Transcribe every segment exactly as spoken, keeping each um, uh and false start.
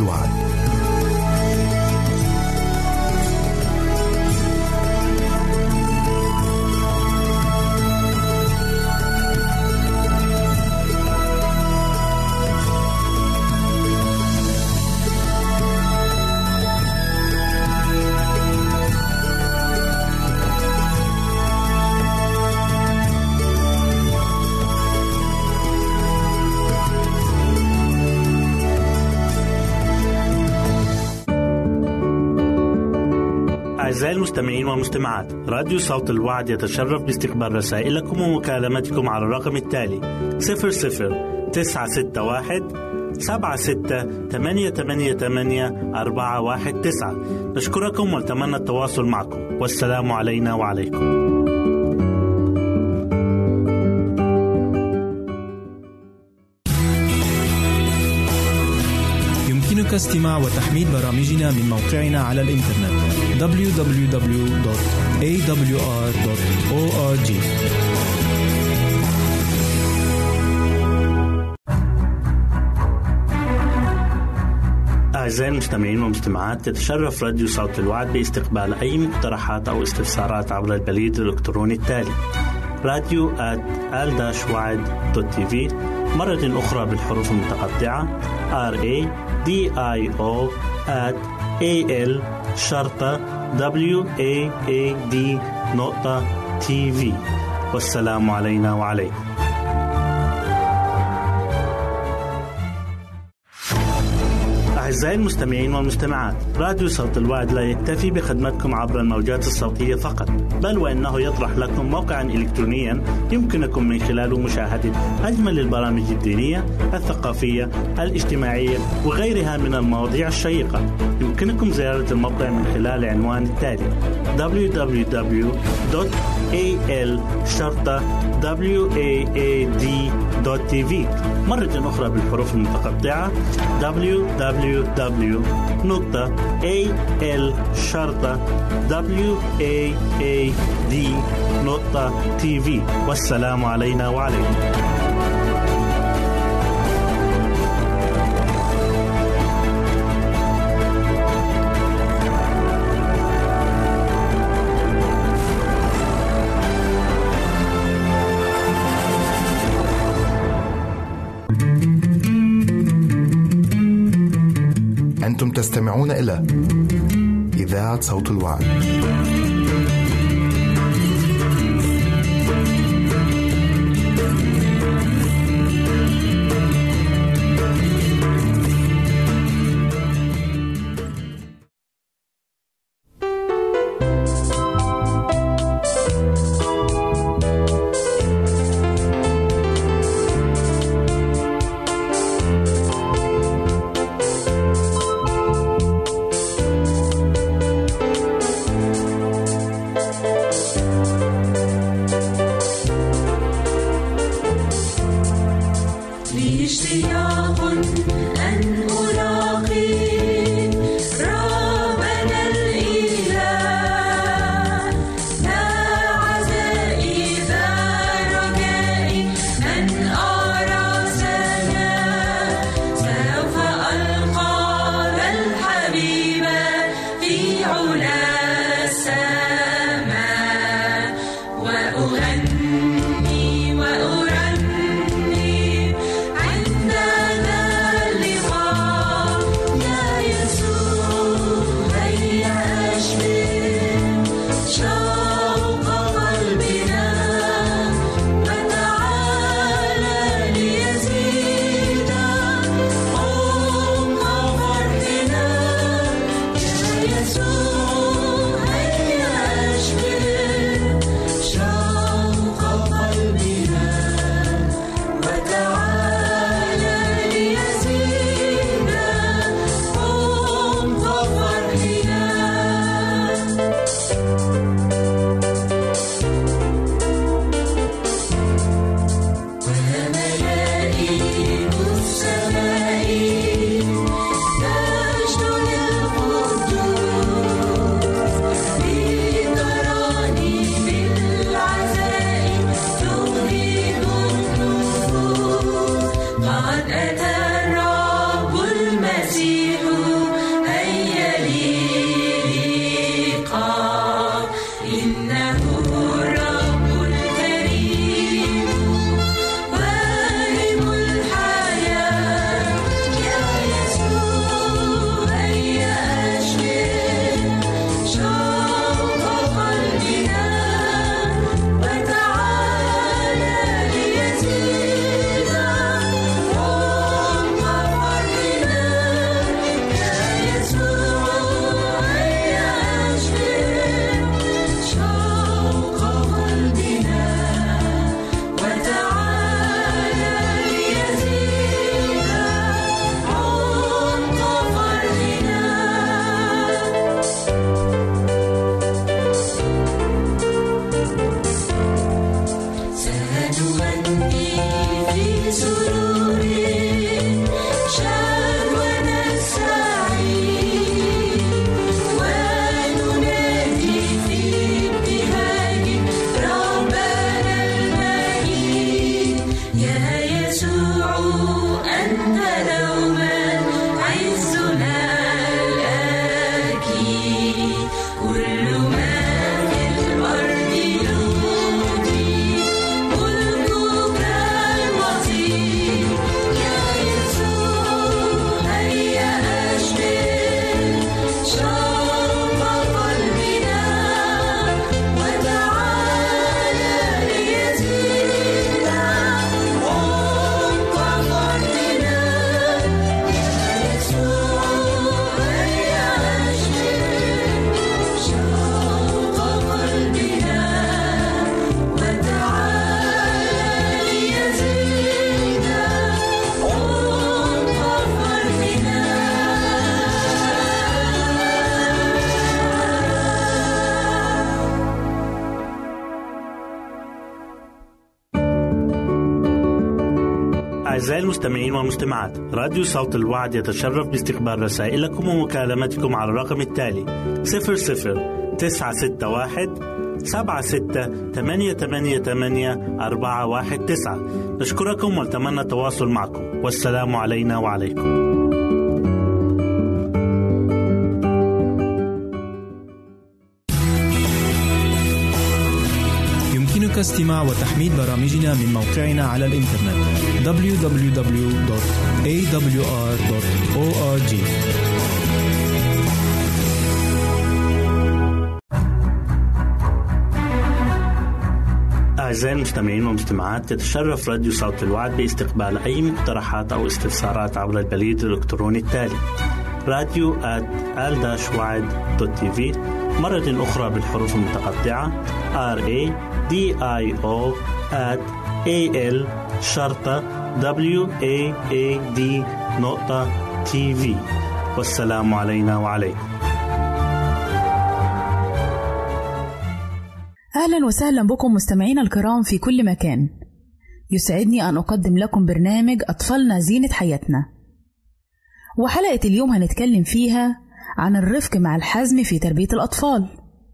الوعد. أعزائي المستمعين والمستمعات، راديو صوت الوعد يتشرف باستقبال رسائلكم ومكالمتكم على الرقم التالي صفر صفر تسعة ستة واحد سبعة ستة ثمانية ثمانية ثمانية أربعة واحد تسعة. نشكركم ونتمنى التواصل معكم، والسلام علينا وعليكم. يمكنك استماع وتحميل برامجنا من موقعنا على الإنترنت دبليو دبليو دبليو دوت إيه دبليو آر دوت أو آر جي. أعزائي المستمعين والمستمعات، تتشرف راديو صوت الوعد باستقبال أي مقترحات أو استفسارات عبر البريد الإلكتروني التالي راديو آت آل وعد دوت تي في، مرة أخرى بالحروف المتقطعة R A D I O at A L شرطة W A A D نقطة تي في. والسلام علينا وعليكم. أعزائي المستمعين والمستمعات، راديو صوت الوعد لا يكتفي بخدمتكم عبر الموجات الصوتية فقط، بل وإنه يطرح لكم موقعا إلكترونيا يمكنكم من خلاله مشاهدة أجمل البرامج الدينية، الثقافية، الاجتماعية وغيرها من المواضيع الشيقة. يمكنكم زيارة الموقع من خلال عنوان التالي دبليو دبليو دبليو دوت إيه إل شرطة W A A D دوت تي في، مرة أخرى بالحروف المتقطعة دبليو دبليو دبليو نقطة إيه إل شرطة W A A D نقطة تي في. والسلام علينا وعليكم. أنتم تستمعون إلى إذاعة صوت الوعد. أعزائي المستمعين والمستمعات، راديو صوت الوعد يتشرف باستقبال رسائلكم ومكالمتكم على الرقم التالي صفر صفر تسعة ستة واحد سبعة ستة ثمانية ثمانية ثمانية أربعة واحد تسعة. نشكركم ونتمنى التواصل معكم، والسلام علينا وعليكم. يمكنك استماع وتحميل برامجنا من موقعنا على الإنترنت دبليو دبليو دبليو دوت إيه دبليو آر دوت أو آر جي. أعزائي المستمعين والمستمعات، تتشرف راديو صوت الوعد باستقبال أي مقترحات أو استفسارات عبر البريد الإلكتروني التالي راديو آت آل وعد دوت تي في، مرة أخرى بالحروف المتقطعة R A D I O at A L شرطة W A A D نقطة تي في. والسلام علينا وعليكم. أهلا وسهلا بكم مستمعين الكرام في كل مكان. يسعدني أن أقدم لكم برنامج أطفالنا زينة حياتنا، وحلقة اليوم هنتكلم فيها عن الرفق مع الحزم في تربية الأطفال.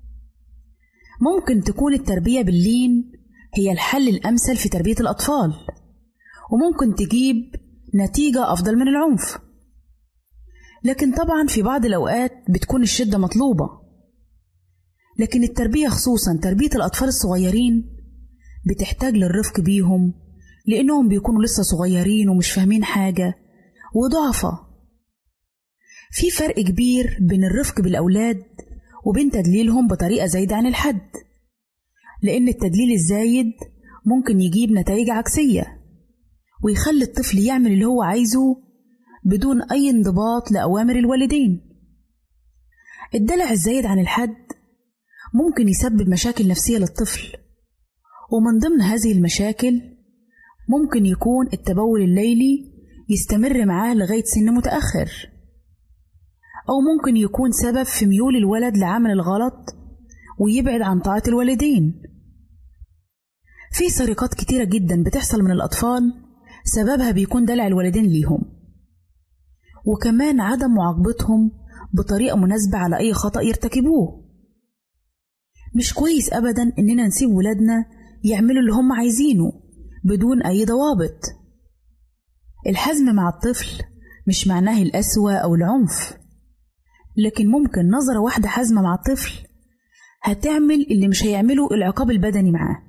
ممكن تكون التربية باللين هي الحل الأمثل في تربية الأطفال، وممكن تجيب نتيجة أفضل من العنف، لكن طبعا في بعض الأوقات بتكون الشدة مطلوبة. لكن التربية خصوصا تربية الأطفال الصغيرين بتحتاج للرفق بيهم، لأنهم بيكونوا لسه صغيرين ومش فاهمين حاجة وضعفة. في فرق كبير بين الرفق بالأولاد وبين تدليلهم بطريقة زايدة عن الحد، لأن التدليل الزايد ممكن يجيب نتائج عكسية ويخلي الطفل يعمل اللي هو عايزه بدون أي انضباط لأوامر الوالدين. الدلع الزايد عن الحد ممكن يسبب مشاكل نفسية للطفل، ومن ضمن هذه المشاكل ممكن يكون التبول الليلي يستمر معاه لغاية سن متأخر، أو ممكن يكون سبب في ميول الولد لعمل الغلط ويبعد عن طاعة الوالدين. في سرقات كتيرة جدا بتحصل من الأطفال سببها بيكون دلع الوالدين ليهم، وكمان عدم معاقبتهم بطريقة مناسبة على أي خطأ يرتكبوه. مش كويس أبدا إننا نسيب ولادنا يعملوا اللي هم عايزينه بدون أي ضوابط. الحزم مع الطفل مش معناه القسوة أو العنف، لكن ممكن نظرة واحدة حازمة مع الطفل هتعمل اللي مش هيعمله العقاب البدني معاه.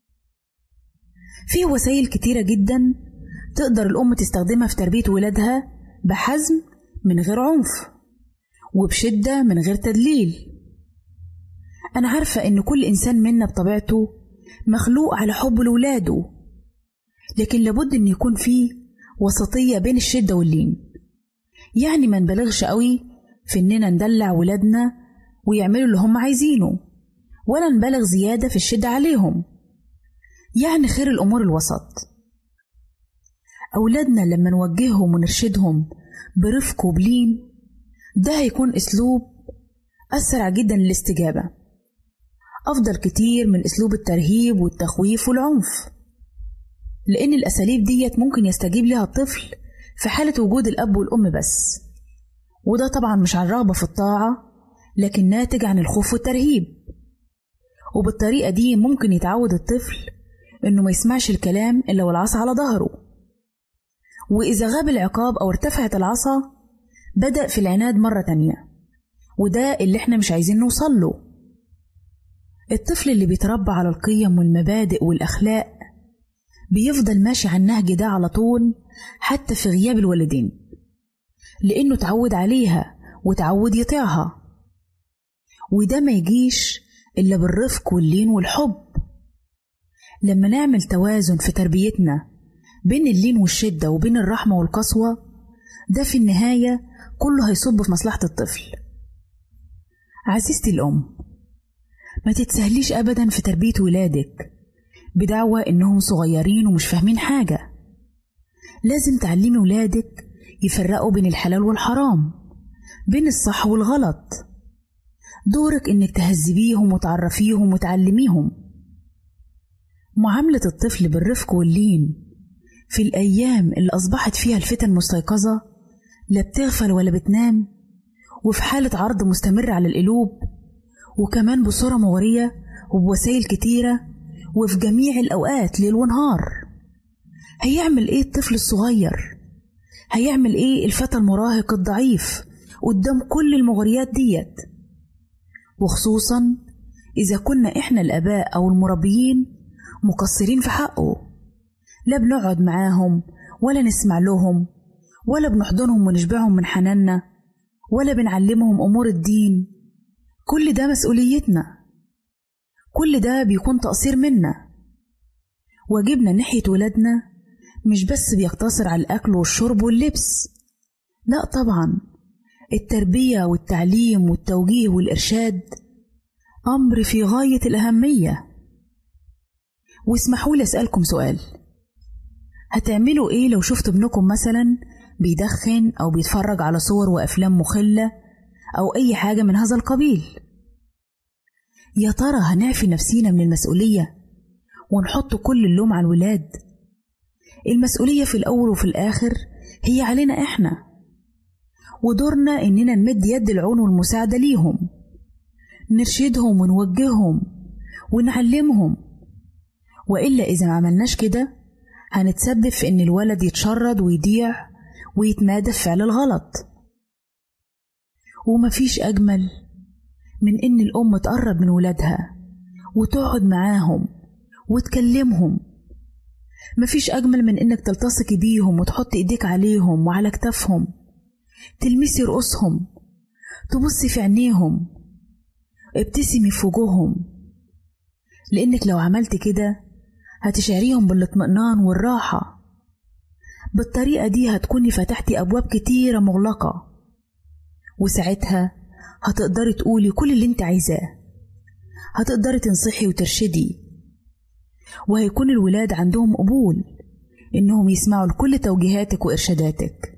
فيه وسائل كتيرة جدا تقدر الأم تستخدمها في تربية ولادها بحزم من غير عنف وبشدة من غير تدليل. أنا عارفة إن كل إنسان منا بطبيعته مخلوق على حب لولاده، لكن لابد إن يكون فيه وسطية بين الشدة واللين. يعني ما نبالغش قوي في إننا ندلع ولادنا ويعملوا اللي هم عايزينه، ولا نبالغ زيادة في الشدة عليهم. يعني خير الأمور الوسط. أولادنا لما نوجههم ونرشدهم برفق وبلين، ده هيكون أسلوب أسرع جدا للاستجابة، أفضل كتير من أسلوب الترهيب والتخويف والعنف، لأن الأساليب ديت ممكن يستجيب لها الطفل في حالة وجود الأب والأم بس، وده طبعا مش عن رغبة في الطاعة، لكن ناتج عن الخوف والترهيب. وبالطريقة دي ممكن يتعود الطفل إنه ما يسمعش الكلام إلا والعصا على ظهره، وإذا غاب العقاب أو ارتفعت العصا بدأ في العناد مرة تانية، وده اللي احنا مش عايزين نوصل له. الطفل اللي بيتربى على القيم والمبادئ والأخلاق بيفضل ماشي على النهج ده على طول حتى في غياب الوالدين، لأنه تعود عليها وتعود يطيعها، وده ما يجيش إلا بالرفق واللين والحب. لما نعمل توازن في تربيتنا بين اللين والشدة وبين الرحمة والقسوة، ده في النهاية كله هيصب في مصلحة الطفل. عزيزتي الأم، ما تتسهليش أبدا في تربية ولادك بدعوى إنهم صغيرين ومش فاهمين حاجة. لازم تعلمي ولادك يفرقوا بين الحلال والحرام، بين الصح والغلط. دورك إنك تهذبيهم وتعرفيهم وتعلميهم. معاملة الطفل بالرفق واللين في الأيام اللي أصبحت فيها الفتن مستيقظة لا بتغفل ولا بتنام، وفي حالة عرض مستمر على القلوب، وكمان بصورة مغرية وبوسائل كتيرة وفي جميع الأوقات ليل ونهار. هيعمل إيه الطفل الصغير؟ هيعمل إيه الفتى المراهق الضعيف قدام كل المغريات ديت؟ وخصوصا إذا كنا إحنا الآباء أو المربيين مقصرين في حقه، لا بنقعد معاهم ولا نسمع لهم ولا بنحضنهم ونشبعهم من حناننا ولا بنعلمهم أمور الدين. كل ده مسؤوليتنا، كل ده بيكون تقصير منا. واجبنا ناحية ولادنا مش بس بيقتصر على الأكل والشرب واللبس، لا طبعا، التربية والتعليم والتوجيه والإرشاد أمر في غاية الأهمية. واسمحوا لي أسألكم سؤال، هتعملوا إيه لو شفتوا ابنكم مثلا بيدخن أو بيتفرج على صور وأفلام مخلة أو أي حاجة من هذا القبيل؟ يا ترى هنعفي نفسينا من المسؤولية ونحط كل اللوم على الولاد؟ المسؤولية في الأول وفي الآخر هي علينا إحنا، ودورنا إننا نمد يد العون والمساعدة ليهم، نرشدهم ونوجههم ونعلمهم. وإلا إذا ما عملناش كده هنتسبب في إن الولد يتشرد ويضيع ويتمادى في فعل الغلط. ومفيش أجمل من إن الأم تقرب من ولادها وتقعد معاهم وتكلمهم. مفيش أجمل من إنك تلتصقي بيهم وتحط إيديك عليهم وعلى كتافهم، تلمسي رؤوسهم، تبصي في عينيهم، ابتسمي في وجوههم. لأنك لو عملت كده هتشعريهم بالاطمئنان والراحة. بالطريقة دي هتكوني فتحتي أبواب كتيرة مغلقة، وساعتها هتقدري تقولي كل اللي انت عايزاه، هتقدري تنصحي وترشدي، وهيكون الولاد عندهم قبول إنهم يسمعوا لكل توجيهاتك وإرشاداتك.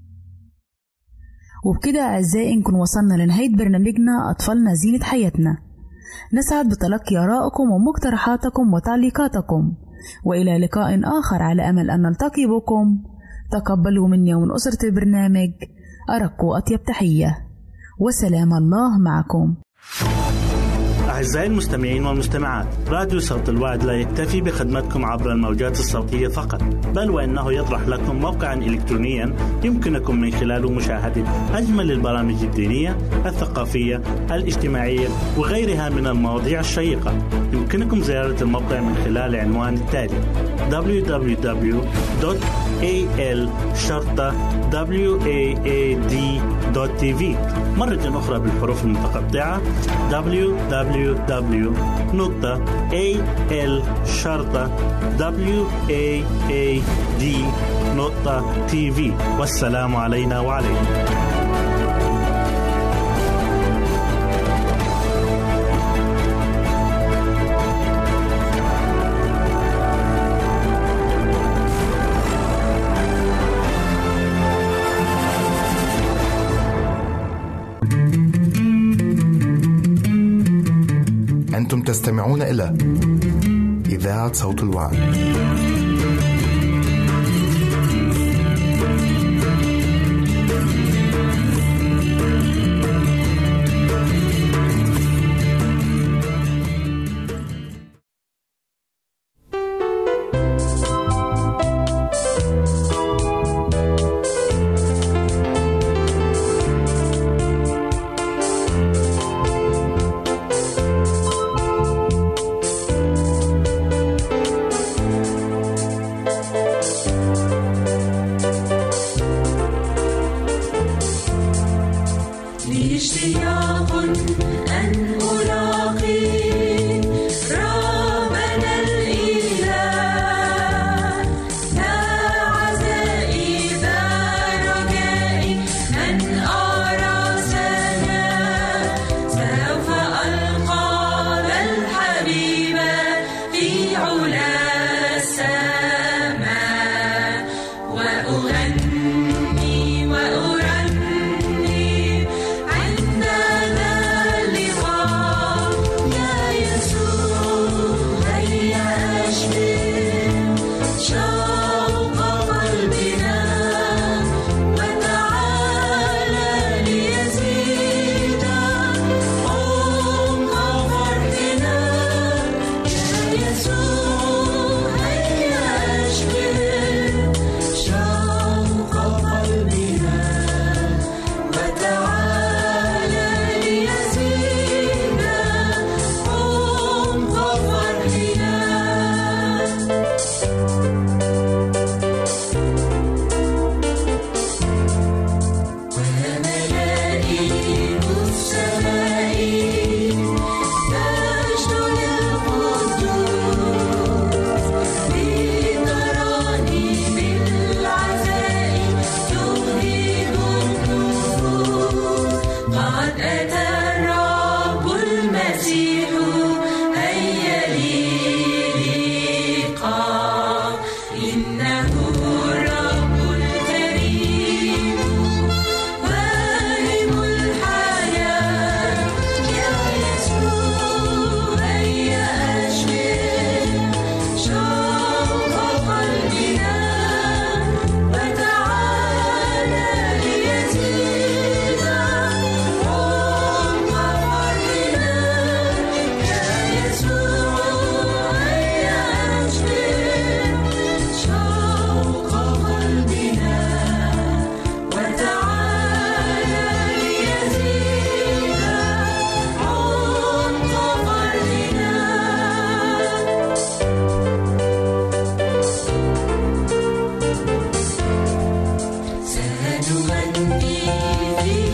وبكده أعزائي نكون وصلنا لنهاية برنامجنا أطفالنا زينة حياتنا. نسعد بتلقي آرائكم ومقترحاتكم وتعليقاتكم، وإلى لقاء آخر على أمل أن نلتقي بكم. تقبلوا مني ومن أسرة البرنامج أرق وأطيب تحية، وسلام الله معكم. أعزائي المستمعين والمستمعات، راديو صوت الوعد لا يكتفي بخدمتكم عبر الموجات الصوتية فقط، بل وإنه يطرح لكم موقعا إلكترونيا يمكنكم من خلاله مشاهدة أجمل البرامج الدينية، الثقافية، الاجتماعية وغيرها من المواضيع الشيقة. يمكنكم زيارة الموقع من خلال العنوان التالي دبليو دبليو دبليو دوت إيه إل شرطة واد دوت تي في. مرة أخرى بالحروف المتقطعة دبليو دبليو دبليو دوت إيه إل شرطة واد دوت تي في. والسلام علينا وعليكم. أنتم تستمعون إلى إذاعة صوت الوعد. وأغني وأرنم عند ذا اللقاء.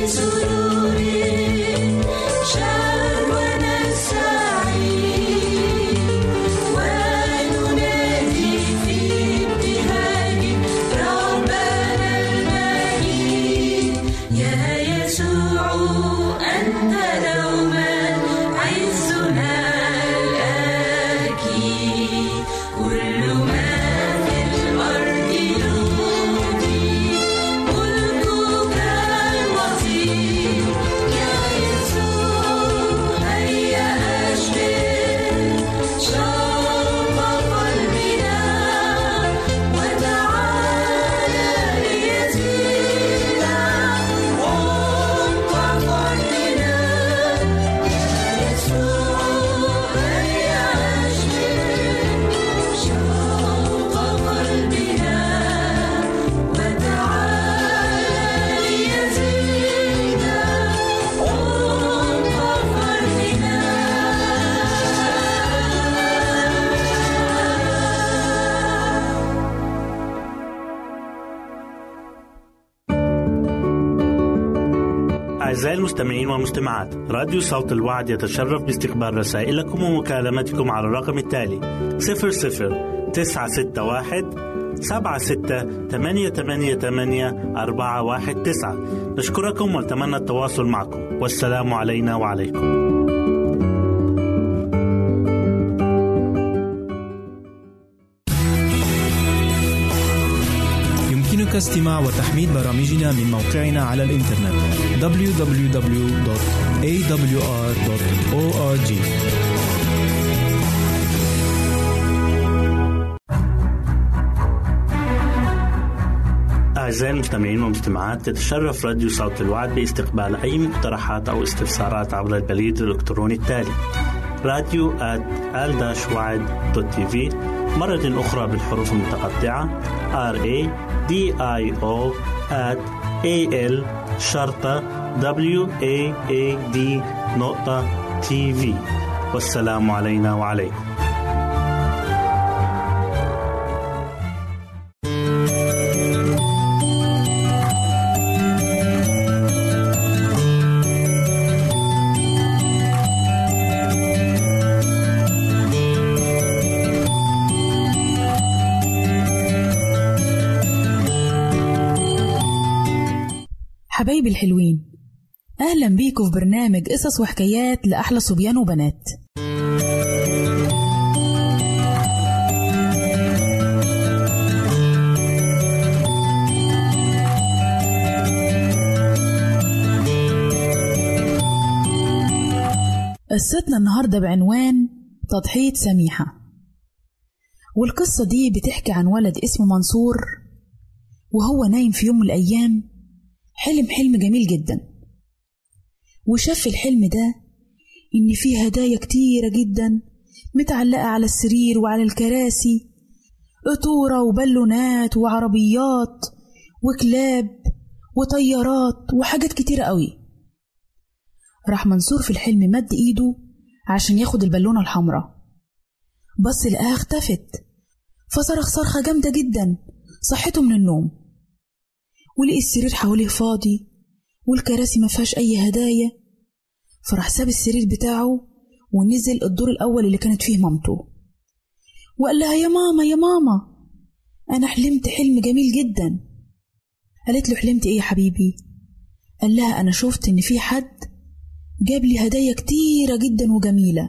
أعزائي المستمعين والمستمعات، راديو صوت الوعد يتشرف باستقبال رسائلكم ومكالمتكم على الرقم التالي صفر صفر تسعة ستة واحد سبعة ستة ثمانية ثمانية ثمانية أربعة واحد تسعة. نشكركم ونتمنى التواصل معكم، والسلام علينا وعليكم. يمكنك استماع وتحميل برامجنا من موقعنا على الإنترنت دبليو دبليو دبليو دوت إيه دبليو آر دوت أو آر جي. أعزائي المستمعين والمستمعات، تتشرف راديو صوت الوعد باستقبال أي مقترحات أو استفسارات عبر البريد الإلكتروني التالي راديو آت آل وعد دوت تي في، مرة أخرى بالحروف المتقطعة R A D I O at A L شرطة W A A D نقطة تي في. والسلام علينا وعليكم. حبايبي الحلوين، أهلا بيكم في برنامج قصص وحكايات لأحلى صبيان وبنات. قصتنا النهاردة بعنوان تضحية سميحة، والقصة دي بتحكي عن ولد اسمه منصور، وهو نايم في يوم من الأيام حلم حلم جميل جدا، وشاف في الحلم ده إن فيه هدايا كتيرة جدا متعلقة على السرير وعلى الكراسي، قطورة وبالونات وعربيات وكلاب وطيارات وحاجات كتيرة قوي. راح منصور في الحلم مد إيده عشان ياخد البالونة الحمراء، بس لقاها اختفت، فصرخ صرخة جامدة جدا صحته من النوم، ولقي السرير حواليه فاضي والكراسي ما فيهاش أي هدايا. فراح ساب السرير بتاعه ونزل الدور الأول اللي كانت فيه مامته، وقال لها يا ماما يا ماما أنا حلمت حلم جميل جدا. قالت له حلمت إيه يا حبيبي؟ قال لها أنا شفت إن في حد جاب لي هدايا كتيرة جدا وجميلة.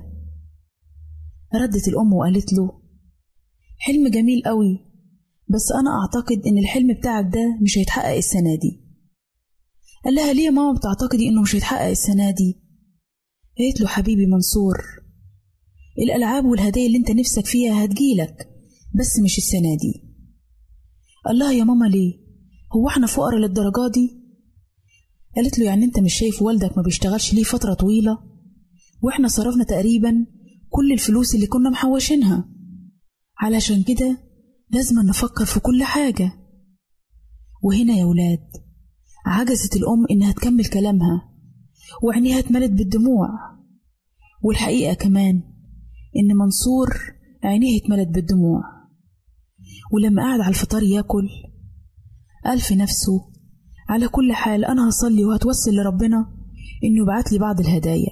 ردت الأم وقالت له حلم جميل قوي، بس أنا أعتقد إن الحلم بتاعك ده مش هيتحقق السنة دي. قال لها ليه يا ماما بتعتقدي إنه مش هيتحقق السنة دي؟ قالت له حبيبي منصور، الألعاب والهدايا اللي انت نفسك فيها هتجيلك، بس مش السنة دي. قال لها يا ماما ليه؟ هو احنا فقراء للدرجة دي؟ قالت له يعني انت مش شايف والدك ما بيشتغلش ليه فترة طويلة، واحنا صرفنا تقريبا كل الفلوس اللي كنا محوشينها، علشان كده لازم نفكر في كل حاجة. وهنا يا ولاد عجزت الأم إنها تكمل كلامها، وعينيها اتملت بالدموع، والحقيقة كمان إن منصور عينيه اتملت بالدموع. ولما قعد على الفطار ياكل قال في نفسه على كل حال أنا هصلي وهتوسل لربنا إنه يبعت لي بعض الهدايا.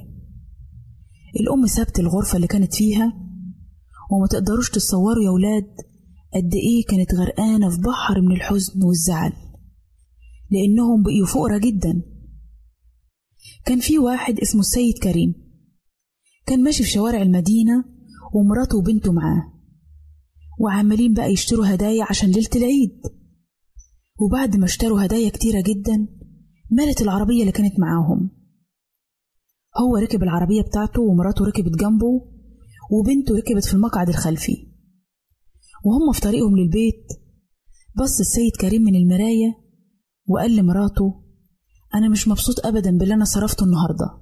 الأم سابت الغرفة اللي كانت فيها، وما تقدروش تتصوروا يا ولاد قد إيه كانت غرقانة في بحر من الحزن والزعل، لأنهم بقيوا فقرة جدا. كان في واحد اسمه السيد كريم، كان ماشي في شوارع المدينة ومراته وبنته معاه، وعمالين بقى يشتروا هدايا عشان ليلة العيد. وبعد ما اشتروا هدايا كتيرة جدا مالت العربية اللي كانت معاهم. هو ركب العربية بتاعته ومراته ركبت جنبه وبنته ركبت في المقعد الخلفي. وهم في طريقهم للبيت بص السيد كريم من المراية وقال لمراته: أنا مش مبسوط أبدا باللي أنا صرفته النهاردة.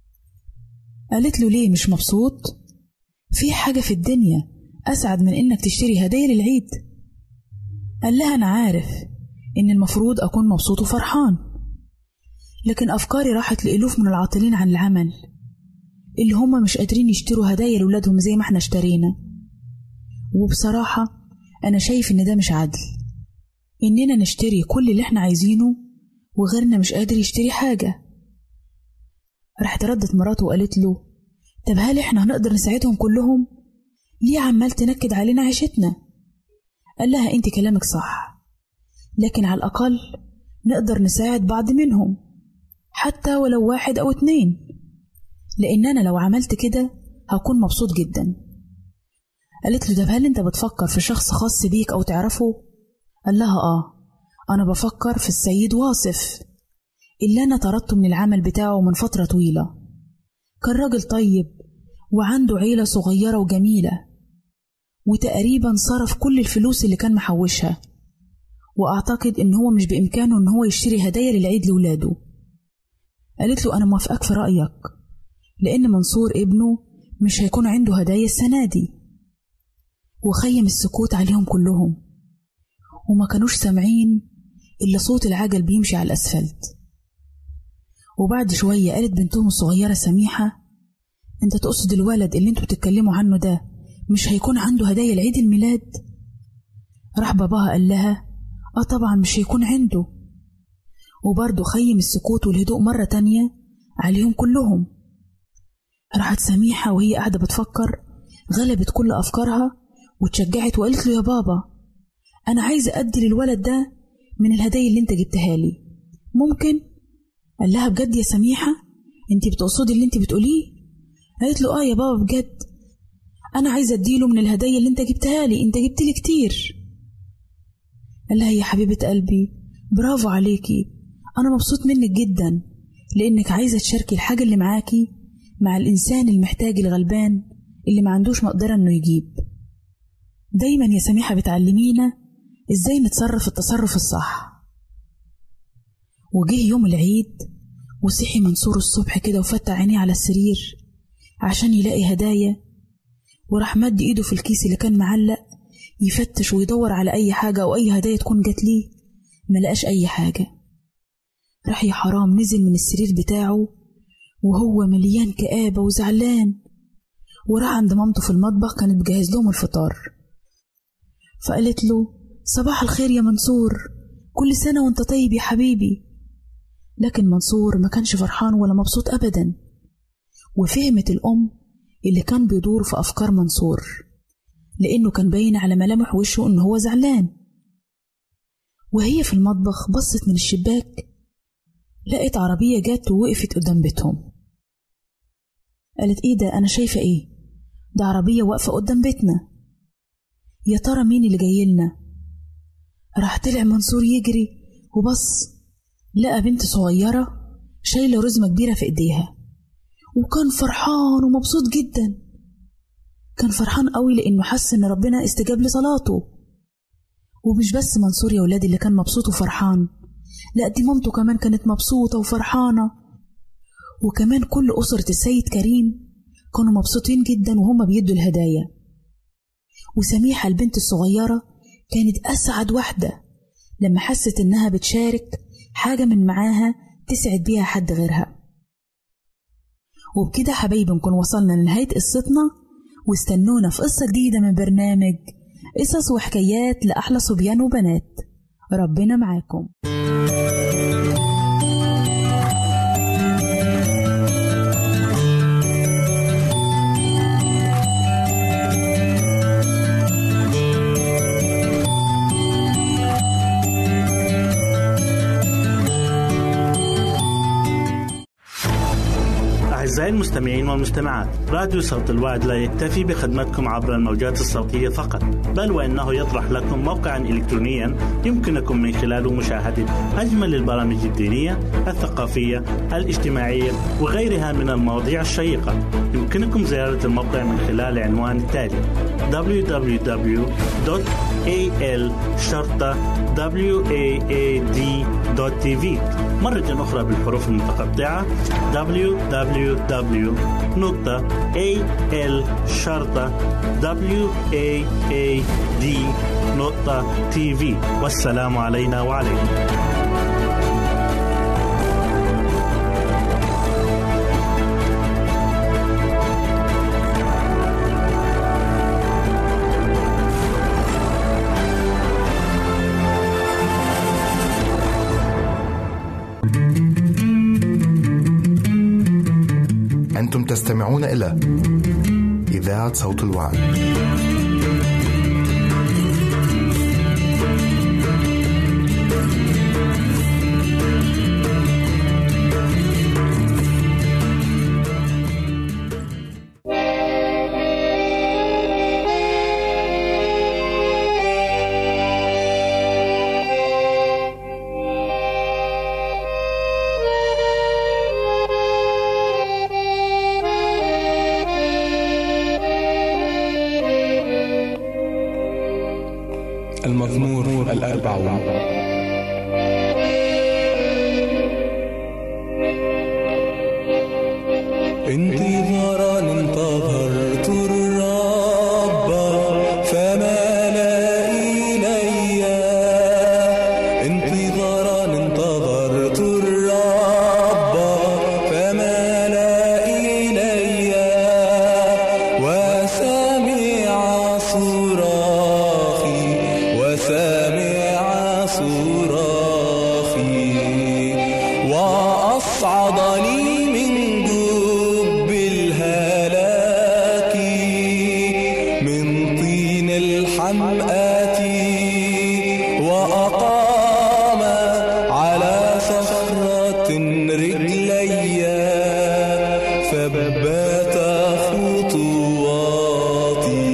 قالت له: ليه مش مبسوط؟ في حاجة في الدنيا أسعد من إنك تشتري هدايا للعيد. قال لها: أنا عارف إن المفروض أكون مبسوط وفرحان، لكن أفكاري راحت لألوف من العاطلين عن العمل اللي هم مش قادرين يشتروا هدايا لولادهم زي ما احنا اشترينا. وبصراحة أنا شايف إن ده مش عدل، إننا نشتري كل اللي احنا عايزينه وغيرنا مش قادر يشتري حاجة. راحت ردت مراته وقالت له: طب هل احنا هنقدر نساعدهم كلهم؟ ليه عمال تنكد علينا عيشتنا؟ قال لها: انت كلامك صح، لكن على الأقل نقدر نساعد بعض منهم، حتى ولو واحد أو اتنين، لأن أنا لو عملت كده هكون مبسوط جدا. قالت له: طب هل انت بتفكر في شخص خاص بيك أو تعرفه؟ قال لها: آه، أنا بفكر في السيد واصف اللي أنا طردته من العمل بتاعه من فترة طويلة. كان راجل طيب وعنده عيلة صغيرة وجميلة، وتقريبا صرف كل الفلوس اللي كان محوشها، وأعتقد إن هو مش بإمكانه إن هو يشتري هدايا للعيد لولاده. قالت له: أنا موافقك في رأيك، لأن منصور ابنه مش هيكون عنده هدايا السنة دي. وخيم السكوت عليهم كلهم، وما كانوش سامعين إلا صوت العجل بيمشي على الأسفلت. وبعد شوية قالت بنتهم الصغيرة سميحة: انت تقصد الولد اللي انتوا بتتكلموا عنه ده مش هيكون عنده هدايا لعيد الميلاد؟ راح باباها قال لها: اه طبعا مش هيكون عنده. وبرضه خيم السكوت والهدوء مرة تانية عليهم كلهم. راحت سميحة وهي قاعدة بتفكر غلبت كل أفكارها وتشجعت وقالت له: يا بابا، أنا عايزة أدي للولد ده من الهدايا اللي انت جبتها لي، ممكن؟ قال لها: بجد يا سميحة انت بتقصدي اللي انت بتقوليه؟ قالت له: اه يا بابا بجد، انا عايزة اديله من الهدايا اللي انت جبتها لي، انت جبت لي كتير. قال لها: يا حبيبة قلبي برافو عليكي، انا مبسوط منك جدا لانك عايزة تشاركي الحاجة اللي معاكي مع الانسان المحتاج الغلبان اللي ما عندوش مقدرة انه يجيب. دايما يا سميحة بتعلمينا ازاي نتصرف التصرف الصح. وجه يوم العيد وصحي منصور الصبح كده وفتح عينيه على السرير عشان يلاقي هدايا، وراح مد ايده في الكيس اللي كان معلق يفتش ويدور على اي حاجة او اي هدايا تكون جات ليه، ملقاش اي حاجة. راح يا حرام نزل من السرير بتاعه وهو مليان كآبة وزعلان، وراح عند مامته في المطبخ كانت بجهز لهم الفطار. فقالت له: صباح الخير يا منصور، كل سنة وانت طيب يا حبيبي. لكن منصور ما كانش فرحان ولا مبسوط أبدا. وفهمت الأم اللي كان بيدور في أفكار منصور، لأنه كان باين على ملامح وشه إنه هو زعلان. وهي في المطبخ بصت من الشباك لقيت عربية جت ووقفت قدام بيتهم. قالت: إيه ده؟ أنا شايفة إيه؟ ده عربية واقفة قدام بيتنا، يا ترى مين اللي جاي لنا؟ راح طلع منصور يجري وبص لقى بنت صغيرة شايلة رزمة كبيرة في إيديها، وكان فرحان ومبسوط جدا. كان فرحان قوي لأنه حس إن ربنا استجاب لصلاته. ومش بس منصور يا ولادي اللي كان مبسوط وفرحان، لا دي مامته كمان كانت مبسوطة وفرحانة، وكمان كل أسرة السيد كريم كانوا مبسوطين جدا وهم بيدوا الهدايا. وسميحة البنت الصغيرة كانت أسعد واحدة لما حست إنها بتشارك حاجة من معاها تسعد بيها حد غيرها. وبكده حبايبي نكون وصلنا لنهاية قصتنا، واستنونا في قصة جديدة من برنامج قصص وحكايات لأحلى صبيان وبنات. ربنا معاكم. أعزائي المستمعين والمستمعات، راديو صوت الوعد لا يكتفي بخدمتكم عبر الموجات الصوتية فقط، بل وإنه يطرح لكم موقعا إلكترونيا يمكنكم من خلاله مشاهدة أجمل البرامج الدينية، الثقافية، الاجتماعية وغيرها من المواضيع الشيقة. يمكنكم زيارة الموقع من خلال العنوان التالي دبليو دبليو دبليو دوت إيه إل شرطة واد دوت تي في. مرة أخرى بالحروف المتقطعة دبليو دبليو دبليو دوت إيه إل شرطة واد دوت تي في. والسلام علينا وعليكم. أنتم تستمعون إلى إذاعة صوت الوعد. المزمور الأربعون. انتظارا انتظرت الرب فمال إلي، انتظارا انتظرت الرب فمال إلي، وسمع صراخي وسمع صراخي، وأصعدني من جب الهلاك، من طين الحمأة، وأقام على صخرة رجلي، فبات خطواتي،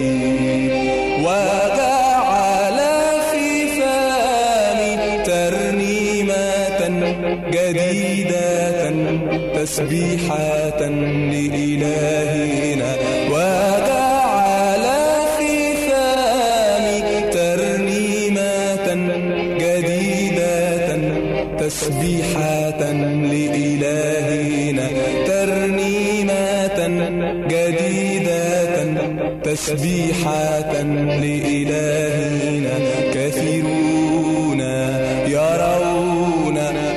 وجعل في فمي ترنيمة جديدة، تسبيحة لإلهنا. وجعل في فمي ترنيمة جديدة، تسبيحة لإلهنا، ترنيمة جديدة، تسبيحة لإلهنا. كثيرون يرون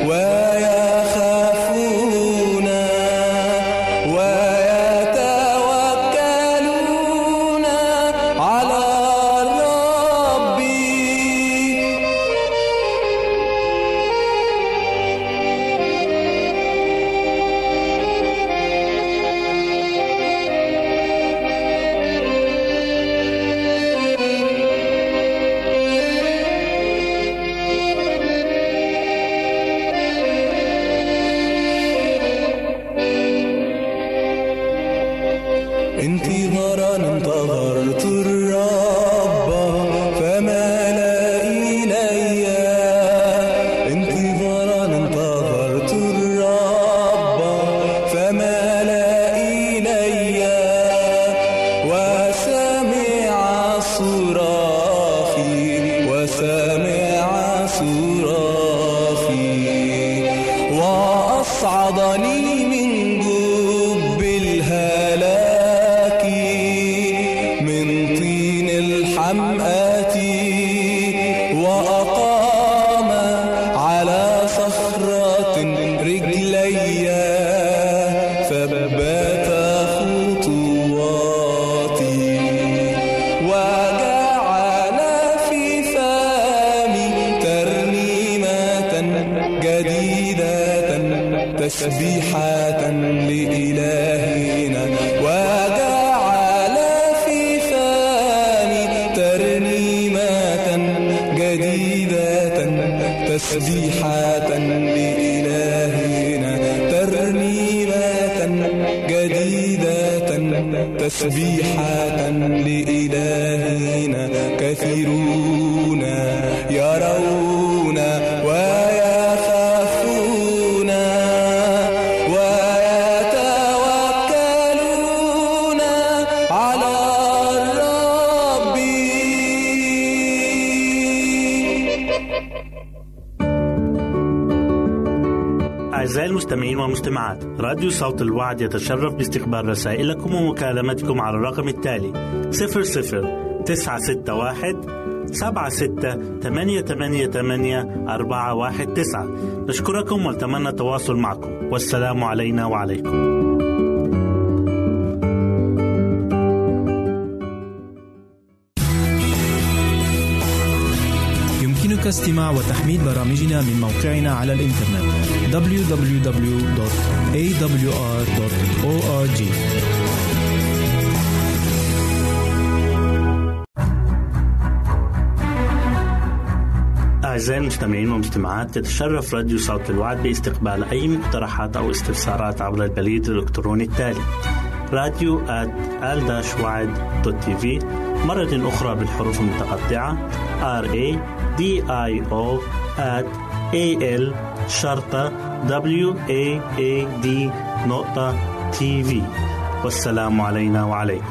ويخافون ويتوكلون على الرب. انتظارا انتظرت الرب فمال إلي، انتظارا انتظرت الرب فمال إلي، وسمع صراخي وسمع صراخي، وأصعدني من جب الهلاك، من طين الحمأة، وأقام على صخرة رجلي، فبات خطواتي، وجعل في فمي ترنيمة جديدة، تسبيحة لإلهنا. وجعل في فمي ترنيمة جديدة، تسبيحة لإلهنا، ترنيمة تسبيحة لإلهنا كثيرون يرون ويخافون ويتوكلون على الرب. أعزائي المستمعين والمستمعات، راديو صوت الوعد يتشرف باستقبال رسائلكم ومكالمتكم على الرقم التالي صفر صفر تسعة ستة واحد سبعة ستة ثمانية ثمانية ثمانية أربعة واحد تسعة. نشكركم ونتمنى التواصل معكم، والسلام علينا وعليكم. يمكنك استماع وتحميل برامجنا من موقعنا على الإنترنت دبليو دبليو دبليو دوت إيه دبليو آر دوت أو آر جي. أعزائي المستمعين والمستمعات، تتشرف راديو صوت الوعد باستقبال أي مقترحات أو استفسارات عبر البريد الإلكتروني التالي راديو آت آل وعد دوت تي في، مرة أخرى بالحروف المتقطعة R A D I O at A L شرطة W A A D نقطة تي في. والسلام علينا وعليكم.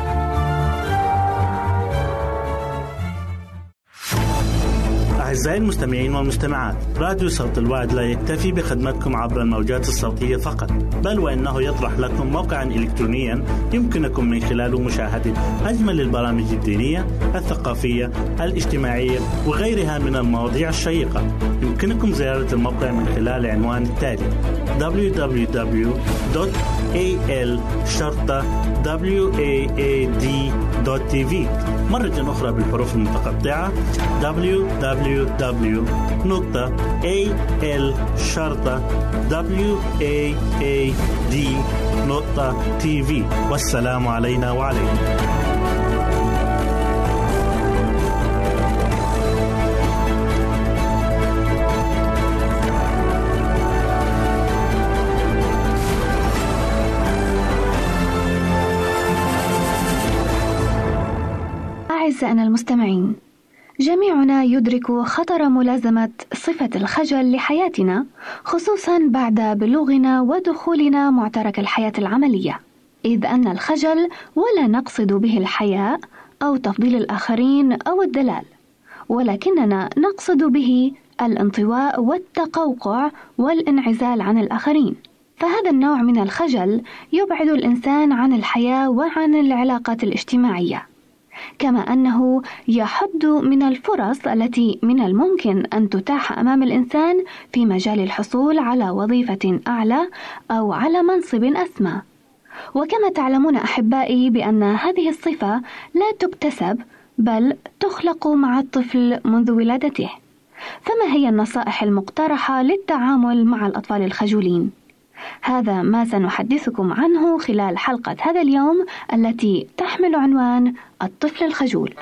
أعزائي المستمعين والمستمعات، راديو صوت الوعد لا يكتفي بخدمتكم عبر الموجات الصوتية فقط، بل وإنه يطرح لكم موقعا إلكترونيا يمكنكم من خلاله مشاهدة أجمل البرامج الدينية، الثقافية، الاجتماعية وغيرها من المواضيع الشيقة. يمكنكم زيارة الموقع من خلال عنوان التالي دبليو دبليو دبليو دوت إيه إل شرطة W A A D دوت تي في، مرة أخرى بالحروف المتقطعة دبليو دبليو دبليو دوت إيه إل شرطة W A A D دوت تي في. والسلام علينا وعليكم. أعزائنا المستمعين، جميعنا يدرك خطر ملازمة صفة الخجل لحياتنا، خصوصا بعد بلوغنا ودخولنا معترك الحياة العملية، إذ أن الخجل ولا نقصد به الحياء أو تفضيل الآخرين أو الدلال، ولكننا نقصد به الانطواء والتقوقع والانعزال عن الآخرين. فهذا النوع من الخجل يبعد الإنسان عن الحياة وعن العلاقات الاجتماعية، كما أنه يحد من الفرص التي من الممكن أن تتاح أمام الإنسان في مجال الحصول على وظيفة أعلى أو على منصب أسمى. وكما تعلمون أحبائي بأن هذه الصفة لا تكتسب بل تخلق مع الطفل منذ ولادته. فما هي النصائح المقترحة للتعامل مع الأطفال الخجولين؟ هذا ما سنحدثكم عنه خلال حلقة هذا اليوم التي تحمل عنوان الطفل الخجول.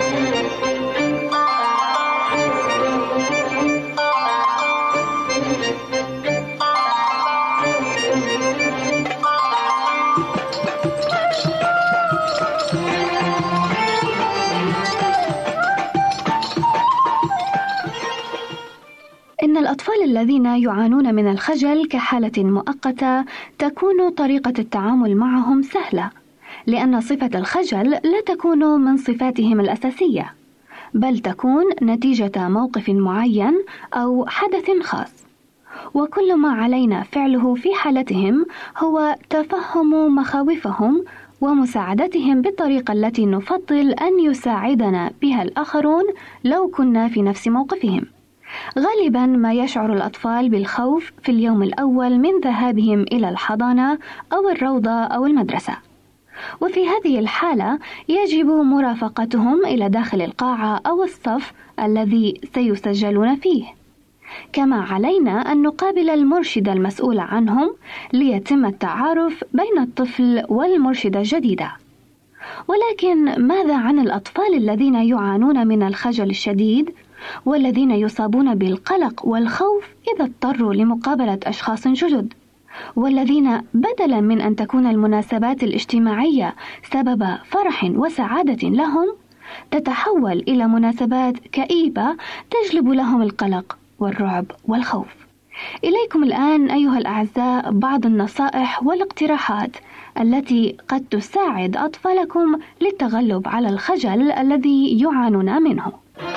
إن الأطفال الذين يعانون من الخجل كحالة مؤقتة تكون طريقة التعامل معهم سهلة، لأن صفة الخجل لا تكون من صفاتهم الأساسية، بل تكون نتيجة موقف معين أو حدث خاص. وكل ما علينا فعله في حالتهم هو تفهم مخاوفهم ومساعدتهم بالطريقة التي نفضل أن يساعدنا بها الآخرون لو كنا في نفس موقفهم. غالبا ما يشعر الأطفال بالخوف في اليوم الأول من ذهابهم إلى الحضانة أو الروضة أو المدرسة، وفي هذه الحالة يجب مرافقتهم إلى داخل القاعة أو الصف الذي سيسجلون فيه. كما علينا أن نقابل المرشد المسؤول عنهم ليتم التعارف بين الطفل والمرشدة الجديدة. ولكن ماذا عن الأطفال الذين يعانون من الخجل الشديد والذين يصابون بالقلق والخوف إذا اضطروا لمقابلة أشخاص جدد؟ والذين بدلا من أن تكون المناسبات الاجتماعية سبب فرح وسعادة لهم تتحول إلى مناسبات كئيبة تجلب لهم القلق والرعب والخوف. إليكم الآن أيها الأعزاء بعض النصائح والاقتراحات التي قد تساعد أطفالكم للتغلب على الخجل الذي يعانون منه.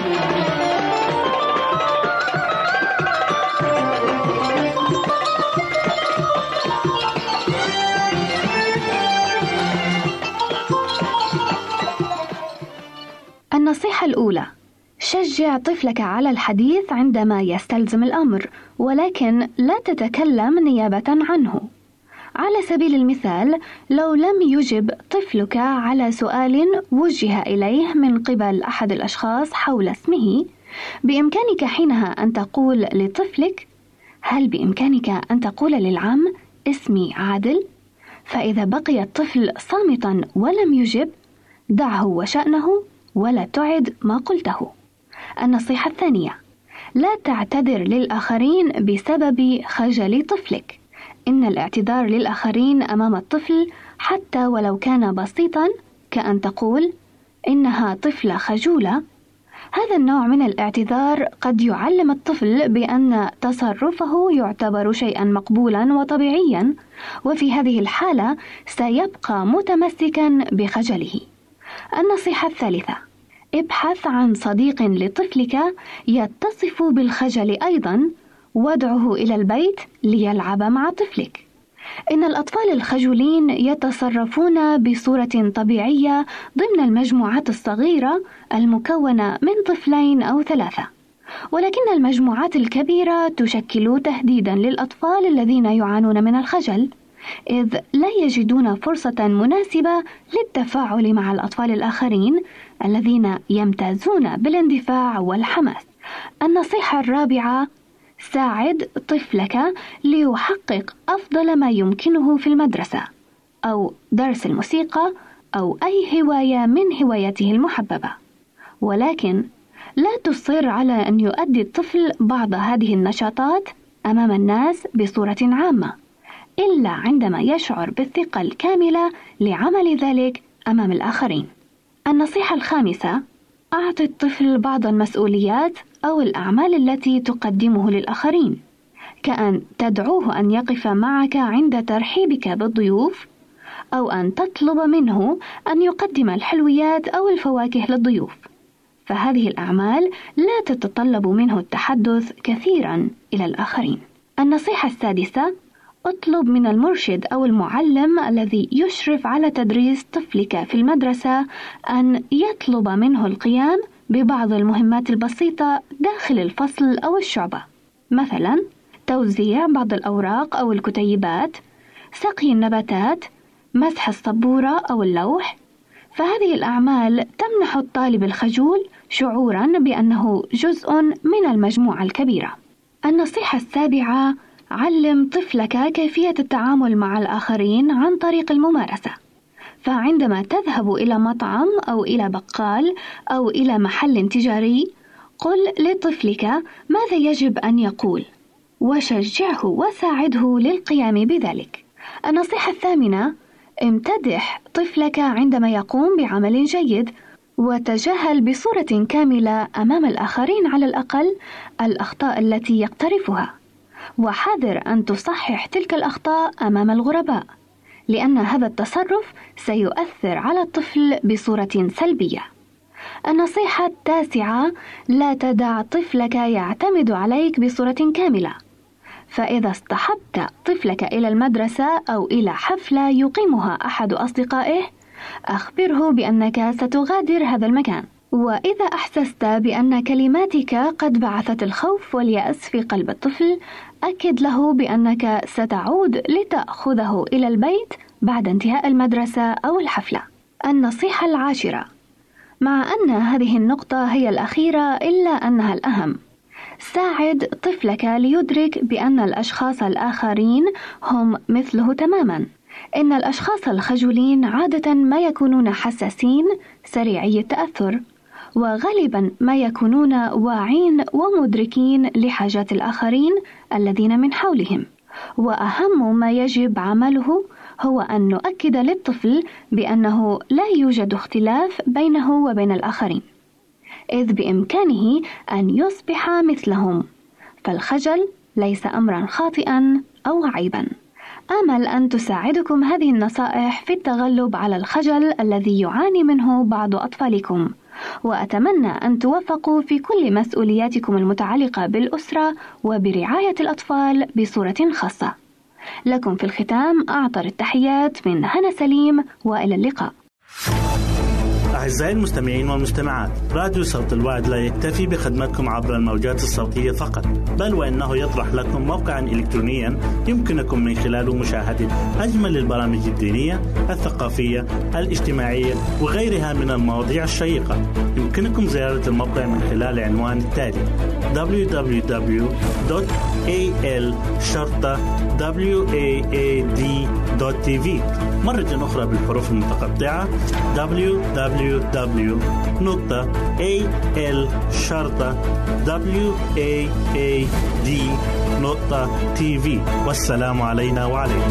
النصيحة الأولى: شجع طفلك على الحديث عندما يستلزم الأمر، ولكن لا تتكلم نيابة عنه. على سبيل المثال، لو لم يجب طفلك على سؤال وجه إليه من قبل أحد الأشخاص حول اسمه، بإمكانك حينها أن تقول لطفلك: هل بإمكانك أن تقول للعم اسمي عادل؟ فإذا بقي الطفل صامتا ولم يجب، دعه وشأنه ولا تعد ما قلته. النصيحة الثانية: لا تعتذر للآخرين بسبب خجل طفلك. إن الاعتذار للآخرين أمام الطفل حتى ولو كان بسيطا، كأن تقول إنها طفلة خجولة، هذا النوع من الاعتذار قد يعلم الطفل بأن تصرفه يعتبر شيئا مقبولا وطبيعيا، وفي هذه الحالة سيبقى متمسكا بخجله. النصيحة الثالثة: ابحث عن صديق لطفلك يتصف بالخجل أيضا، وادعه إلى البيت ليلعب مع طفلك. إن الأطفال الخجولين يتصرفون بصورة طبيعية ضمن المجموعات الصغيرة المكونة من طفلين أو ثلاثة، ولكن المجموعات الكبيرة تشكل تهديدا للأطفال الذين يعانون من الخجل، إذ لا يجدون فرصة مناسبة للتفاعل مع الأطفال الآخرين الذين يمتازون بالاندفاع والحماس. النصيحة الرابعة: ساعد طفلك ليحقق أفضل ما يمكنه في المدرسة أو درس الموسيقى أو أي هواية من هواياته المحببة، ولكن لا تصر على أن يؤدي الطفل بعض هذه النشاطات أمام الناس بصورة عامة، إلا عندما يشعر بالثقة الكاملة لعمل ذلك أمام الآخرين. النصيحة الخامسة: أعطي الطفل بعض المسؤوليات أو الأعمال التي تقدمه للآخرين، كأن تدعوه أن يقف معك عند ترحيبك بالضيوف، أو أن تطلب منه أن يقدم الحلويات أو الفواكه للضيوف، فهذه الأعمال لا تتطلب منه التحدث كثيرا إلى الآخرين. النصيحة السادسة: اطلب من المرشد أو المعلم الذي يشرف على تدريس طفلك في المدرسة أن يطلب منه القيام ببعض المهمات البسيطة داخل الفصل أو الشعبة، مثلا توزيع بعض الأوراق أو الكتيبات، سقي النباتات، مسح السبورة أو اللوح. فهذه الأعمال تمنح الطالب الخجول شعورا بأنه جزء من المجموعة الكبيرة. النصيحة السابعة: علم طفلك كيفية التعامل مع الآخرين عن طريق الممارسة. فعندما تذهب إلى مطعم أو إلى بقال أو إلى محل تجاري، قل لطفلك ماذا يجب أن يقول، وشجعه وساعده للقيام بذلك. النصيحة الثامنة: امتدح طفلك عندما يقوم بعمل جيد، وتجاهل بصورة كاملة أمام الآخرين على الأقل الأخطاء التي يقترفها، وحاذر أن تصحح تلك الأخطاء أمام الغرباء، لأن هذا التصرف سيؤثر على الطفل بصورة سلبية. النصيحة التاسعة: لا تدع طفلك يعتمد عليك بصورة كاملة. فإذا اصطحبت طفلك إلى المدرسة أو إلى حفلة يقيمها أحد أصدقائه، أخبره بأنك ستغادر هذا المكان، وإذا أحسست بأن كلماتك قد بعثت الخوف واليأس في قلب الطفل، أكد له بأنك ستعود لتأخذه إلى البيت بعد انتهاء المدرسة أو الحفلة. النصيحة العاشرة: مع أن هذه النقطة هي الأخيرة إلا أنها الأهم، ساعد طفلك ليدرك بأن الأشخاص الآخرين هم مثله تماما. إن الأشخاص الخجولين عادة ما يكونون حساسين سريعي التأثر، وغالبا ما يكونون واعين ومدركين لحاجات الآخرين الذين من حولهم، وأهم ما يجب عمله هو أن نؤكد للطفل بأنه لا يوجد اختلاف بينه وبين الآخرين، إذ بإمكانه أن يصبح مثلهم، فالخجل ليس أمرا خاطئا أو عيبا. آمل أن تساعدكم هذه النصائح في التغلب على الخجل الذي يعاني منه بعض أطفالكم، وأتمنى أن توفقوا في كل مسؤولياتكم المتعلقة بالأسرة وبرعاية الأطفال بصورة خاصة. لكم في الختام أعطر التحيات من هنا سليم، وإلى اللقاء. أعزائي المستمعين والمستمعات، راديو صوت الوعد لا يكتفي بخدمتكم عبر الموجات الصوتية فقط، بل وإنه يطرح لكم موقعا إلكترونيا يمكنكم من خلاله مشاهدة أجمل البرامج الدينية، الثقافية، الاجتماعية وغيرها من المواضيع الشيقة. يمكنكم زيارة الموقع من خلال العنوان التالي دبليو دبليو دبليو دوت إيه إل شرطة واد دوت تي في. مرة أخرى بالحروف المتقطعة دبليو دبليو دبليو دوت إيه إل شرطة واد دوت تي في. والسلام علينا وعليكم.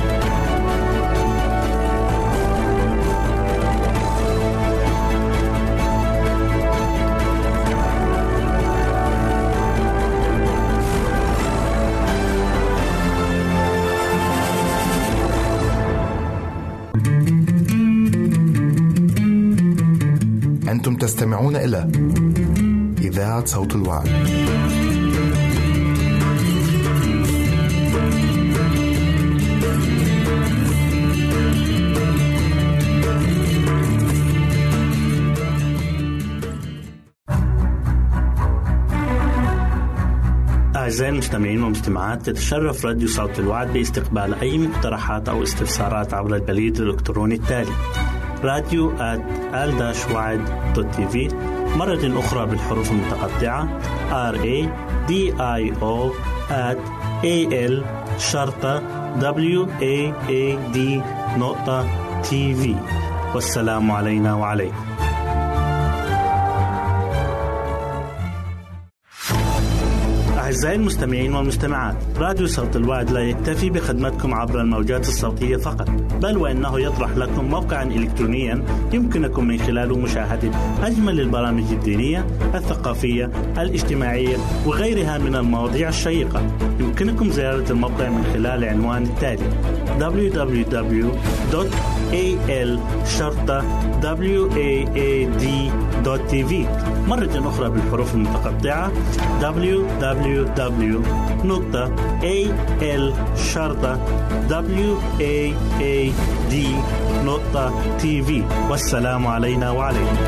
أنتم تستمعون إلى إذاعة صوت الوعد. أعزائي المستمعين والمستمعات، تتشرف راديو صوت الوعد باستقبال أي مقترحات أو استفسارات عبر البريد الإلكتروني التالي راديو آت آل وعد دوت تي في. مرة أخرى بالحروف المتقطعة آر إيه دي آي أو آت إيه إل شرطة واد نقطة تي في. والسلام علينا وعليكم. أعزائي المستمعين والمستمعات، راديو صوت الوعد لا يكتفي بخدمتكم عبر الموجات الصوتية فقط، بل وإنه يطرح لكم موقعا إلكترونيا يمكنكم من خلاله مشاهدة أجمل البرامج الدينية، الثقافية، الاجتماعية وغيرها من المواضيع الشيقة. يمكنكم زيارة الموقع من خلال العنوان التالي دبليو دبليو دبليو دوت إيه إل شرطة واد دوت تي في. مرة أخرى بالحروف المتقطعة دبليو دبليو دبليو دوت إيه إل شرطة واد دوت تي في. والسلام علينا وعليكم.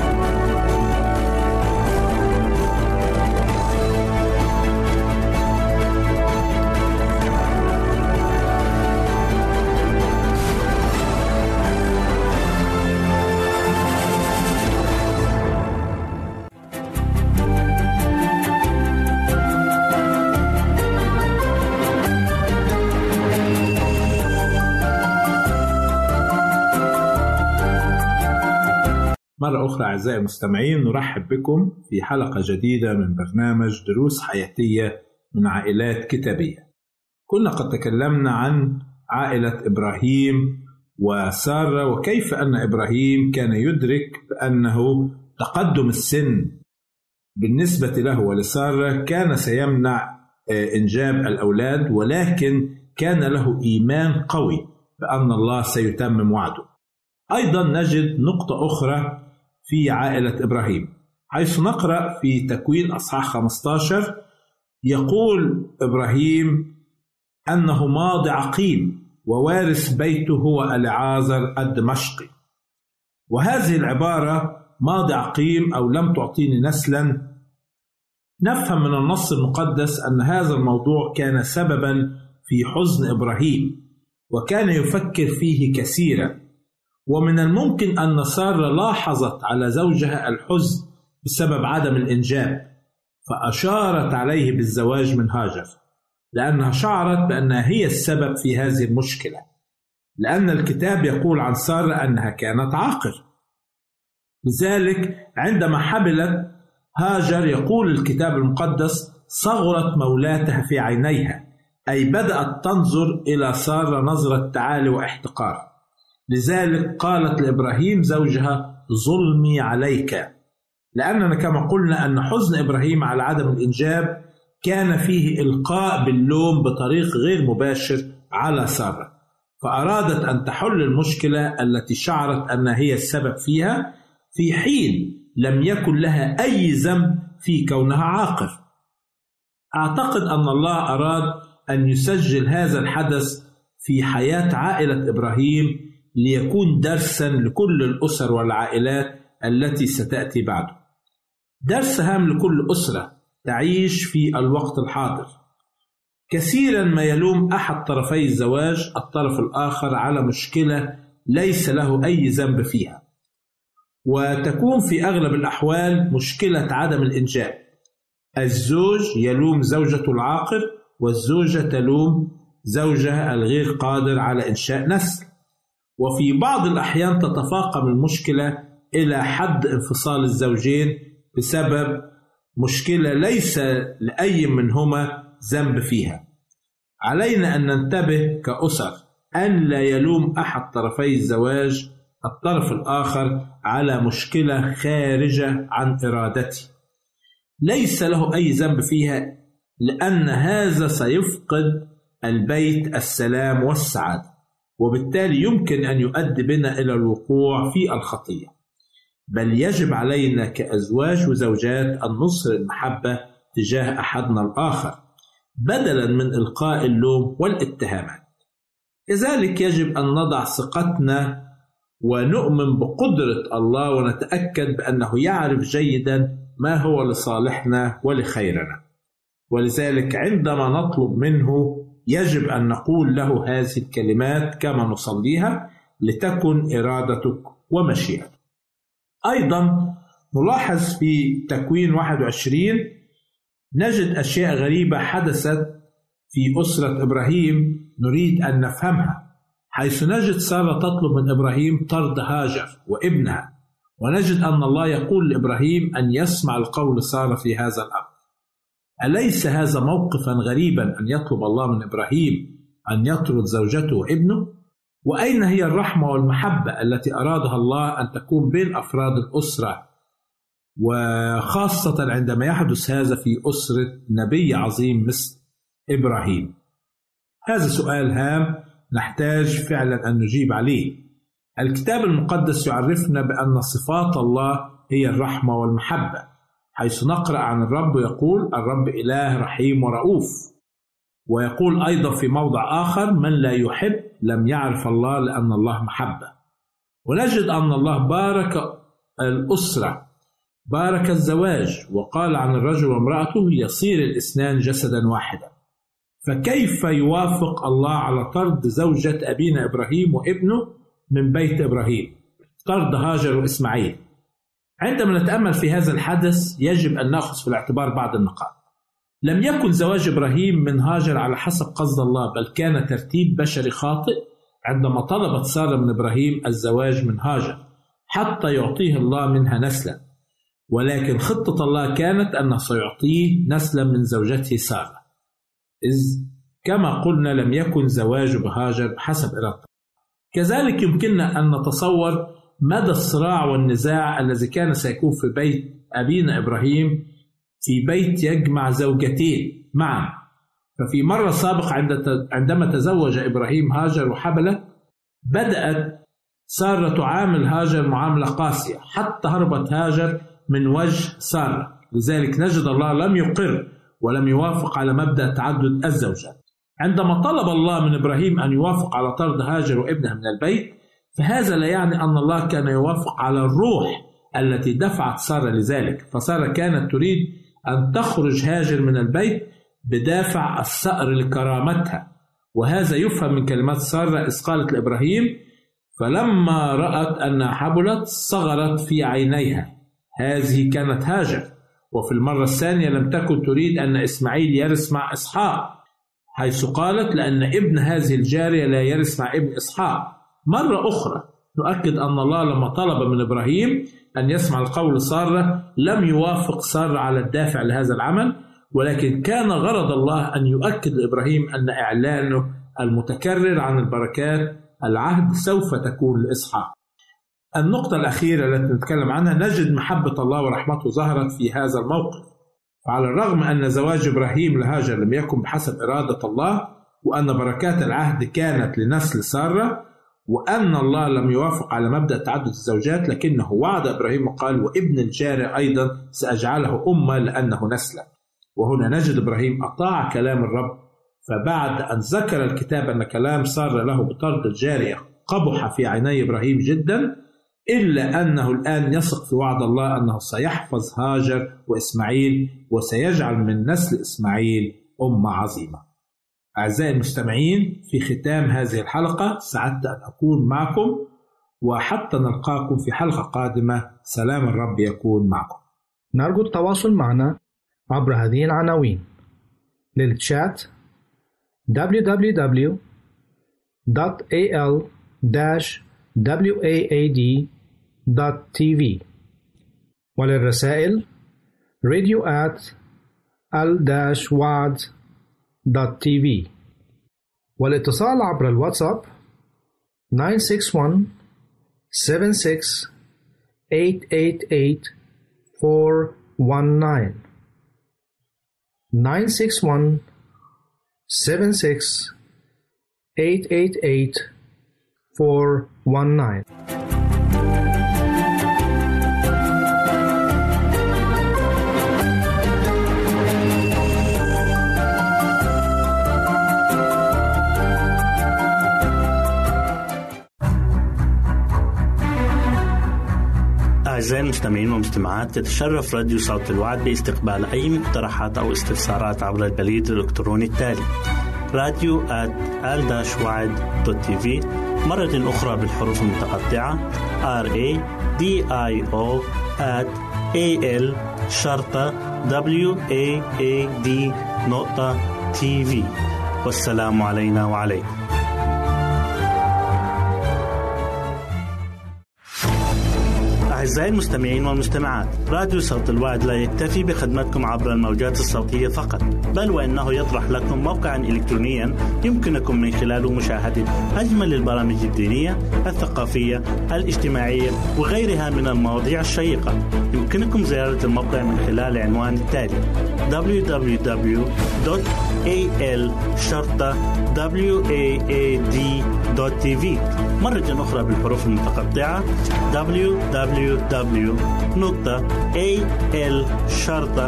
مرة أخرى أعزائي المستمعين، نرحب بكم في حلقة جديدة من برنامج دروس حياتية من عائلات كتابية. كنا قد تكلمنا عن عائلة إبراهيم وسارة، وكيف أن إبراهيم كان يدرك بأنه تقدم السن بالنسبة له ولسارة كان سيمنع إنجاب الأولاد، ولكن كان له إيمان قوي بأن الله سيتمم وعده. أيضا نجد نقطة أخرى في عائلة إبراهيم، حيث نقرأ في تكوين أصحاح خمسة عشر يقول إبراهيم أنه ماضي عقيم ووارث بيته هو العازر الدمشقي. وهذه العبارة ماضي عقيم أو لم تعطيني نسلا، نفهم من النص المقدس أن هذا الموضوع كان سببا في حزن إبراهيم، وكان يفكر فيه كثيرا. ومن الممكن أن سارة لاحظت على زوجها الحزن بسبب عدم الإنجاب، فأشارت عليه بالزواج من هاجر، لأنها شعرت بأنها هي السبب في هذه المشكلة، لأن الكتاب يقول عن سارة أنها كانت عاقر. لذلك عندما حملت هاجر يقول الكتاب المقدس صغرت مولاتها في عينيها، أي بدأت تنظر إلى سارة نظرة تعالي واحتقار. لذلك قالت لإبراهيم زوجها: ظلمي عليك، لأننا كما قلنا أن حزن إبراهيم على عدم الإنجاب كان فيه إلقاء باللوم بطريق غير مباشر على سارة، فأرادت أن تحل المشكلة التي شعرت أنها هي السبب فيها، في حين لم يكن لها أي ذنب في كونها عاقر. أعتقد أن الله أراد أن يسجل هذا الحدث في حياة عائلة إبراهيم ليكون درسا لكل الأسر والعائلات التي ستأتي بعده، درس هام لكل أسرة تعيش في الوقت الحاضر. كثيرا ما يلوم أحد طرفي الزواج الطرف الآخر على مشكلة ليس له أي ذنب فيها، وتكون في أغلب الأحوال مشكلة عدم الإنجاب. الزوج يلوم زوجته العاقر، والزوجة تلوم زوجها الغير قادر على إنشاء نسل، وفي بعض الأحيان تتفاقم المشكلة إلى حد انفصال الزوجين بسبب مشكلة ليس لأي منهما ذنب فيها. علينا أن ننتبه كأسر أن لا يلوم أحد طرفي الزواج الطرف الآخر على مشكلة خارجة عن إرادته ليس له أي ذنب فيها، لأن هذا سيفقد البيت السلام والسعادة، وبالتالي يمكن أن يؤدي بنا إلى الوقوع في الخطية. بل يجب علينا كأزواج وزوجات أن نظهر المحبة تجاه أحدنا الآخر بدلا من إلقاء اللوم والاتهامات. لذلك يجب أن نضع ثقتنا ونؤمن بقدرة الله ونتأكد بأنه يعرف جيدا ما هو لصالحنا ولخيرنا، ولذلك عندما نطلب منه يجب أن نقول له هذه الكلمات كما نصليها: لتكن إرادتك ومشيئتك. أيضا نلاحظ في تكوين واحد وعشرين نجد أشياء غريبة حدثت في أسرة إبراهيم نريد أن نفهمها، حيث نجد سارة تطلب من إبراهيم طرد هاجر وابنها، ونجد أن الله يقول لإبراهيم أن يسمع القول سارة في هذا الأمر. أليس هذا موقفا غريبا أن يطلب الله من إبراهيم أن يطرد زوجته وابنه؟ وأين هي الرحمة والمحبة التي أرادها الله أن تكون بين أفراد الأسرة، وخاصة عندما يحدث هذا في أسرة نبي عظيم مثل إبراهيم؟ هذا سؤال هام نحتاج فعلا أن نجيب عليه. الكتاب المقدس يعرفنا بأن صفات الله هي الرحمة والمحبة، حيث نقرأ عن الرب يقول: الرب إله رحيم ورؤوف. ويقول أيضا في موضع آخر: من لا يحب لم يعرف الله لأن الله محبة. ونجد أن الله بارك الأسرة، بارك الزواج، وقال عن الرجل وامرأته: يصير الاثنان جسدا واحدا. فكيف يوافق الله على طرد زوجة أبينا إبراهيم وابنه من بيت إبراهيم، طرد هاجر وإسماعيل؟ عندما نتأمل في هذا الحدث يجب أن نأخذ في الاعتبار بعض النقاط. لم يكن زواج إبراهيم من هاجر على حسب قصد الله، بل كان ترتيب بشري خاطئ عندما طلبت سارة من إبراهيم الزواج من هاجر حتى يعطيه الله منها نسلا، ولكن خطة الله كانت أنه سيعطيه نسلا من زوجته سارة، إذ كما قلنا لم يكن زواج بهاجر بحسب إرادته. كذلك يمكننا أن نتصور مدى الصراع والنزاع الذي كان سيكون في بيت أبينا إبراهيم، في بيت يجمع زوجتين معا. ففي مرة سابقة عندما تزوج إبراهيم هاجر وحبلت، بدأت سارة تعامل هاجر معاملة قاسية حتى هربت هاجر من وجه سارة. لذلك نجد الله لم يقر ولم يوافق على مبدأ تعدد الزوجات. عندما طلب الله من إبراهيم أن يوافق على طرد هاجر وابنها من البيت، فهذا لا يعني أن الله كان يوافق على الروح التي دفعت سارة لذلك. فسارة كانت تريد أن تخرج هاجر من البيت بدافع الثأر لكرامتها، وهذا يفهم من كلمات سارة إذ قالت لإبراهيم: فلما رأت أن حبلت صغرت في عينيها. هذه كانت هاجر. وفي المرة الثانية لم تكن تريد أن إسماعيل يرث مع إسحاق، حيث قالت: لأن ابن هذه الجارية لا يرث مع ابن إسحاق. مرة أخرى نؤكد أن الله لما طلب من إبراهيم أن يسمع القول سارة لم يوافق سارة على الدافع لهذا العمل، ولكن كان غرض الله أن يؤكد لإبراهيم أن إعلانه المتكرر عن البركات العهد سوف تكون لإسحاق. النقطة الأخيرة التي نتكلم عنها، نجد محبة الله ورحمته ظهرت في هذا الموقف. وعلى الرغم أن زواج إبراهيم لهاجر لم يكن بحسب إرادة الله، وأن بركات العهد كانت لنسل سارة، وأن الله لم يوافق على مبدأ تعدد الزوجات، لكنه وعد إبراهيم وقال: وابن الجارية أيضا سأجعله أمة لأنه نسلا. وهنا نجد إبراهيم أطاع كلام الرب، فبعد أن ذكر الكتاب أن كلام سارة له بطرد الجارية قبح في عيني إبراهيم جدا، إلا أنه الآن يثق في وعد الله أنه سيحفظ هاجر وإسماعيل وسيجعل من نسل إسماعيل أمة عظيمة. أعزائي المستمعين، في ختام هذه الحلقة سعدت أن أكون معكم، وحتى نلقاكم في حلقة قادمة، سلام الرب يكون معكم. نرجو التواصل معنا عبر هذه العناوين: للتشات دبليو دبليو دبليو دوت إيه إل واد دوت تي في، وللرسائل radio at al wad دوت تي في، والاتصال عبر الواتساب nine six one seven six eight eight eight four one nine nine six one seven six eight eight eight four one nine. أعزائي المستمعين والمستمعات، تتشرف راديو صوت الوعد باستقبال أي مقترحات أو استفسارات عبر البريد الإلكتروني التالي: راديو آت آل وعد دوت تي في، مرة أخرى بالحروف المتقطعة آر إيه دي آي أو آت إيه إل شرطة دبليو إيه إيه دي نقطة تي في. والسلام علينا وعليكم. أعزائي المستمعين والمستمعات، راديو صوت الوعد لا يكتفي بخدمتكم عبر الموجات الصوتية فقط، بل وإنه يطرح لكم موقعا إلكترونيا يمكنكم من خلاله مشاهدة أجمل البرامج الدينية، الثقافية، الاجتماعية وغيرها من المواضيع الشيقة. يمكنكم زيارة الموقع من خلال العنوان التالي: دبليو دبليو دبليو دوت إيه إل شرطة واد دوت تي في، مرة أخرى بالحروف المتقطعة دبليو دبليو دبليو دوت إيه إل شرطة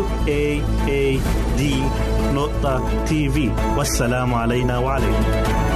واد دوت تي في. والسلام علينا وعليكم.